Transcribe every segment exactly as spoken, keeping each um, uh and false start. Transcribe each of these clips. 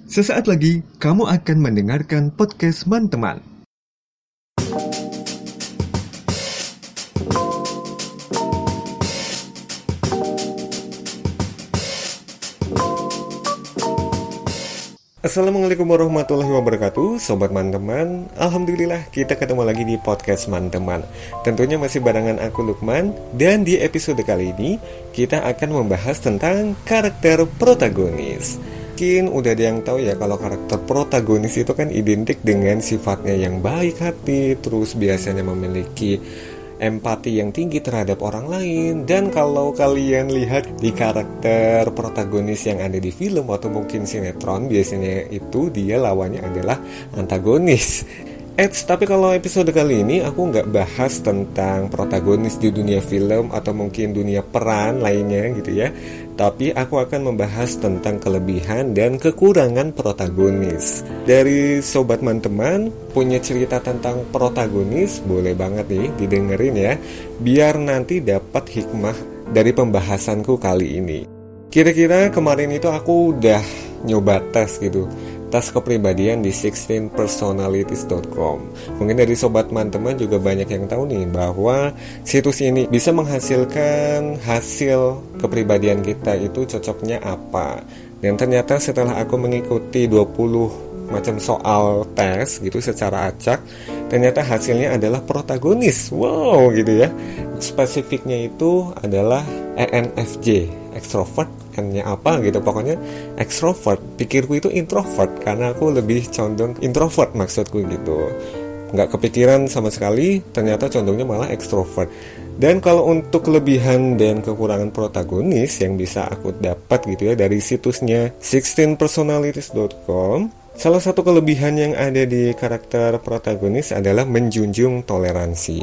Sesaat lagi kamu akan mendengarkan podcast Man-Teman. Assalamualaikum warahmatullahi wabarakatuh, Sobat Man-Teman. Alhamdulillah kita ketemu lagi di podcast Man-Teman. Tentunya masih barengan aku Lukman. Dan di episode kali ini kita akan membahas tentang karakter protagonis. Mungkin udah ada yang tahu ya kalau karakter protagonis itu kan identik dengan sifatnya yang baik hati, terus biasanya memiliki empati yang tinggi terhadap orang lain. Dan kalau kalian lihat di karakter protagonis yang ada di film atau mungkin sinetron, biasanya itu dia lawannya adalah antagonis. Eits, tapi kalau episode kali ini aku nggak bahas tentang protagonis di dunia film atau mungkin dunia peran lainnya gitu ya. Tapi aku akan membahas tentang kelebihan dan kekurangan protagonis. Dari Sobat Man-Teman punya cerita tentang protagonis, boleh banget nih didengerin ya, biar nanti dapat hikmah dari pembahasanku kali ini. Kira-kira kemarin itu aku udah nyoba tes gitu, tes kepribadian di sixteen personalities dot com. Mungkin dari Sobat Man-Teman juga banyak yang tahu nih bahwa situs ini bisa menghasilkan hasil kepribadian kita itu cocoknya apa. Dan ternyata setelah aku mengikuti dua puluh macam soal tes gitu secara acak, ternyata hasilnya adalah protagonis. Wow gitu ya. Spesifiknya itu adalah E N F J, extrovert, N-nya apa gitu. Pokoknya extrovert. Pikirku itu introvert karena aku lebih condong introvert maksudku gitu. Nggak kepikiran sama sekali, ternyata condongnya malah extrovert. Dan kalau untuk kelebihan dan kekurangan protagonis yang bisa aku dapat gitu ya dari situsnya sixteen personalities dot com, salah satu kelebihan yang ada di karakter protagonis adalah menjunjung toleransi.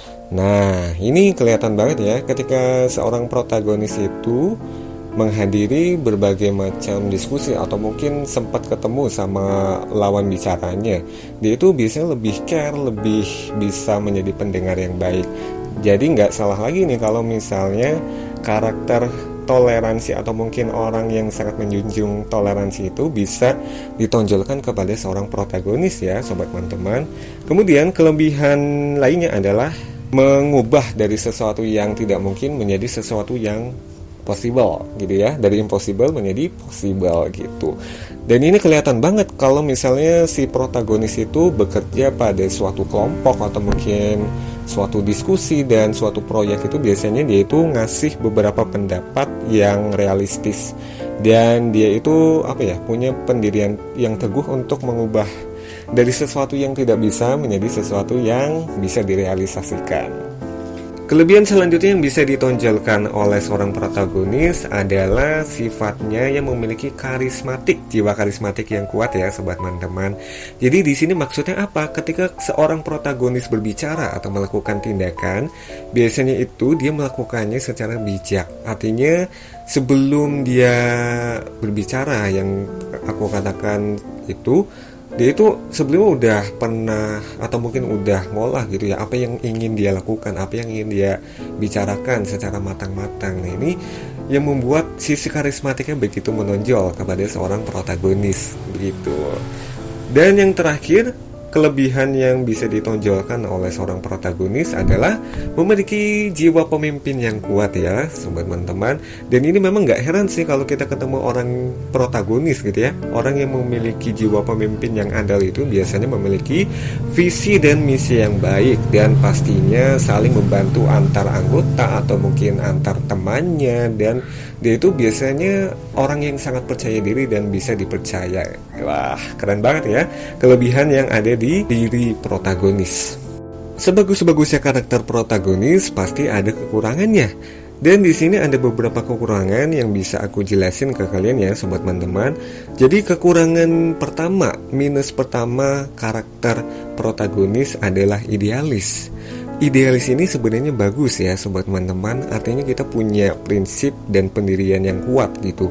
Nah, ini kelihatan banget ya ketika seorang protagonis itu menghadiri berbagai macam diskusi atau mungkin sempat ketemu sama lawan bicaranya. Dia itu biasanya lebih care, lebih bisa menjadi pendengar yang baik. Jadi nggak salah lagi nih kalau misalnya karakter toleransi atau mungkin orang yang sangat menjunjung toleransi itu bisa ditonjolkan kepada seorang protagonis ya, Sobat Man-Teman. Kemudian kelebihan lainnya adalah mengubah dari sesuatu yang tidak mungkin menjadi sesuatu yang possible gitu ya, dari impossible menjadi possible gitu. Dan ini kelihatan banget kalau misalnya si protagonis itu bekerja pada suatu kelompok atau mungkin suatu diskusi dan suatu proyek, itu biasanya dia itu ngasih beberapa pendapat yang realistis dan dia itu apa ya, punya pendirian yang teguh untuk mengubah dari sesuatu yang tidak bisa menjadi sesuatu yang bisa direalisasikan. Kelebihan selanjutnya yang bisa ditonjolkan oleh seorang protagonis adalah sifatnya yang memiliki karismatik, jiwa karismatik yang kuat ya, Sobat Man-Teman. Jadi di sini maksudnya apa? Ketika seorang protagonis berbicara atau melakukan tindakan, biasanya itu dia melakukannya secara bijak. Artinya sebelum dia berbicara, yang aku katakan itu, dia itu sebelumnya udah pernah atau mungkin udah ngolah gitu ya, apa yang ingin dia lakukan, apa yang ingin dia bicarakan secara matang-matang. Nah, ini yang membuat sisi karismatiknya begitu menonjol kepada seorang protagonis begitu. Dan yang terakhir, kelebihan yang bisa ditonjolkan oleh seorang protagonis adalah memiliki jiwa pemimpin yang kuat ya, Sobat Man-Teman. Dan ini memang gak heran sih kalau kita ketemu orang protagonis gitu ya. Orang yang memiliki jiwa pemimpin yang andal itu biasanya memiliki visi dan misi yang baik, dan pastinya saling membantu antar anggota atau mungkin antar temannya. Dan dia itu biasanya orang yang sangat percaya diri dan bisa dipercaya. Wah, keren banget ya kelebihan yang ada di diri protagonis. Sebagus-bagusnya karakter protagonis pasti ada kekurangannya. Dan di sini ada beberapa kekurangan yang bisa aku jelasin ke kalian ya, Sobat Man-Teman. Jadi kekurangan pertama, minus pertama karakter protagonis adalah idealis. Idealis ini sebenarnya bagus ya, Sobat Man-Teman. Artinya kita punya prinsip dan pendirian yang kuat gitu.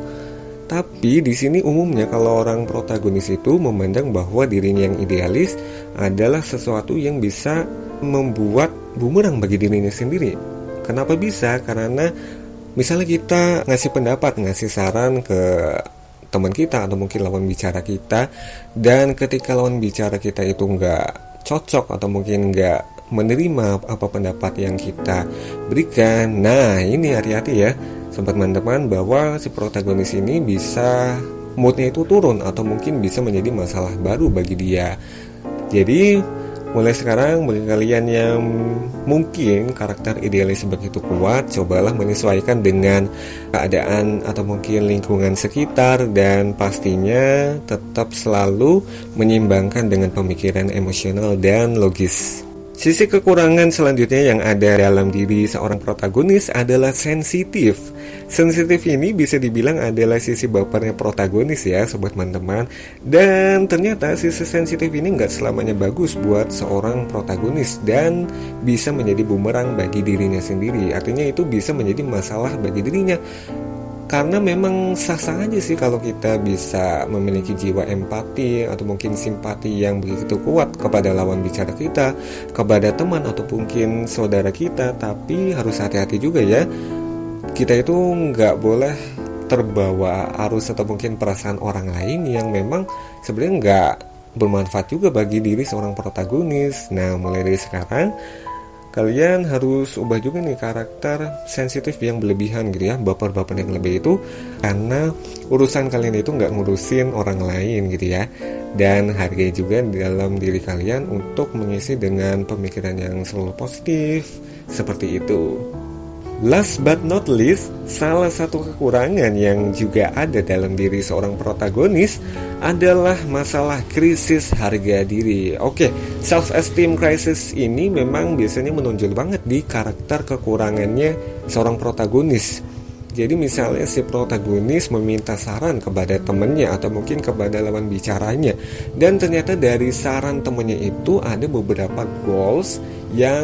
Tapi di sini umumnya kalau orang protagonis itu memandang bahwa dirinya yang idealis adalah sesuatu yang bisa membuat bumerang bagi dirinya sendiri. Kenapa bisa? Karena misalnya kita ngasih pendapat, ngasih saran ke teman kita atau mungkin lawan bicara kita. Dan ketika lawan bicara kita itu nggak cocok atau mungkin nggak menerima apa pendapat yang kita berikan, nah ini hati-hati ya sobat teman-teman, bahwa si protagonis ini bisa moodnya itu turun atau mungkin bisa menjadi masalah baru bagi dia. Jadi mulai sekarang bagi kalian yang mungkin karakter idealis begitu kuat, cobalah menyesuaikan dengan keadaan atau mungkin lingkungan sekitar, dan pastinya tetap selalu menyeimbangkan dengan pemikiran emosional dan logis. Sisi kekurangan selanjutnya yang ada dalam diri seorang protagonis adalah sensitif. Sensitif ini bisa dibilang adalah sisi bapernya protagonis ya sobat teman-teman. Dan ternyata sisi sensitif ini nggak selamanya bagus buat seorang protagonis dan bisa menjadi bumerang bagi dirinya sendiri. Artinya itu bisa menjadi masalah bagi dirinya. Karena memang sah-sah aja sih kalau kita bisa memiliki jiwa empati atau mungkin simpati yang begitu kuat kepada lawan bicara kita, kepada teman atau mungkin saudara kita. Tapi harus hati-hati juga ya, kita itu nggak boleh terbawa arus atau mungkin perasaan orang lain yang memang sebenarnya nggak bermanfaat juga bagi diri seorang protagonis. Nah, mulai dari sekarang kalian harus ubah juga nih karakter sensitif yang berlebihan gitu ya, baper-baper yang lebih itu, karena urusan kalian itu nggak ngurusin orang lain gitu ya. Dan hargai juga dalam diri kalian untuk mengisi dengan pemikiran yang selalu positif seperti itu. Last but not least, salah satu kekurangan yang juga ada dalam diri seorang protagonis adalah masalah krisis harga diri. Oke, self-esteem crisis ini memang biasanya menonjol banget di karakter kekurangannya seorang protagonis. Jadi misalnya si protagonis meminta saran kepada temannya atau mungkin kepada lawan bicaranya, dan ternyata dari saran temannya itu ada beberapa goals yang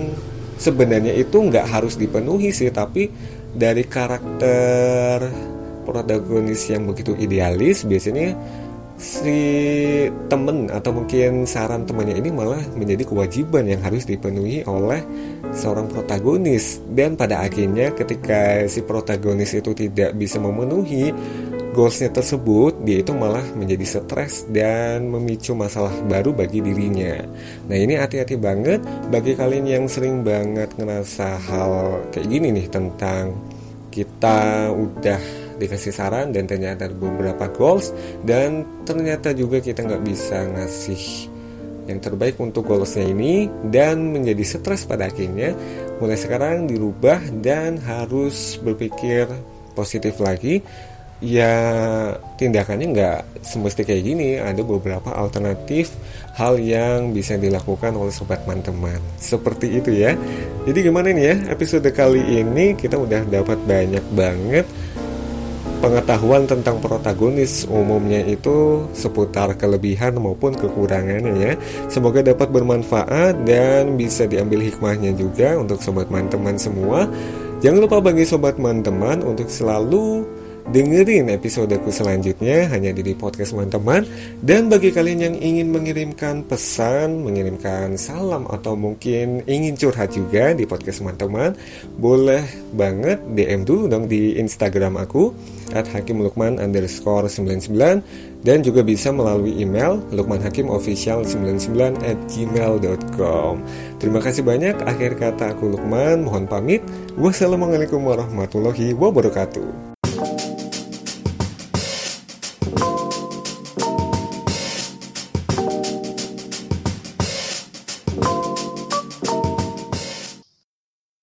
sebenarnya itu nggak harus dipenuhi sih, tapi dari karakter protagonis yang begitu idealis, biasanya si temen atau mungkin saran temannya ini malah menjadi kewajiban yang harus dipenuhi oleh seorang protagonis. Dan pada akhirnya ketika si protagonis itu tidak bisa memenuhi goalsnya tersebut, dia itu malah menjadi stres dan memicu masalah baru bagi dirinya. Nah, ini hati-hati banget bagi kalian yang sering banget ngerasa hal kayak gini nih, tentang kita udah dikasih saran dan ternyata ada beberapa goals dan ternyata juga kita nggak bisa ngasih yang terbaik untuk goalsnya ini dan menjadi stres pada akhirnya. Mulai sekarang dirubah dan harus berpikir positif lagi. Ya, tindakannya nggak semesti kayak gini. Ada beberapa alternatif hal yang bisa dilakukan oleh sobat teman-teman. Seperti itu ya. Jadi gimana nih ya, episode kali ini kita udah dapat banyak banget pengetahuan tentang protagonis, umumnya itu seputar kelebihan maupun kekurangannya ya. Semoga dapat bermanfaat dan bisa diambil hikmahnya juga untuk sobat teman-teman semua. Jangan lupa bagi sobat teman-teman untuk selalu dengerin episodeku selanjutnya hanya di podcast teman-teman. Dan bagi kalian yang ingin mengirimkan pesan, mengirimkan salam atau mungkin ingin curhat juga di podcast teman-teman, boleh banget D M dulu dong di Instagram aku at hakimlukman underscore sembilan sembilan, dan juga bisa melalui email lukmanhakimofficial sembilan sembilan at gmail dot com. Terima kasih banyak. Akhir kata aku Lukman, mohon pamit. Wassalamualaikum warahmatullahi wabarakatuh.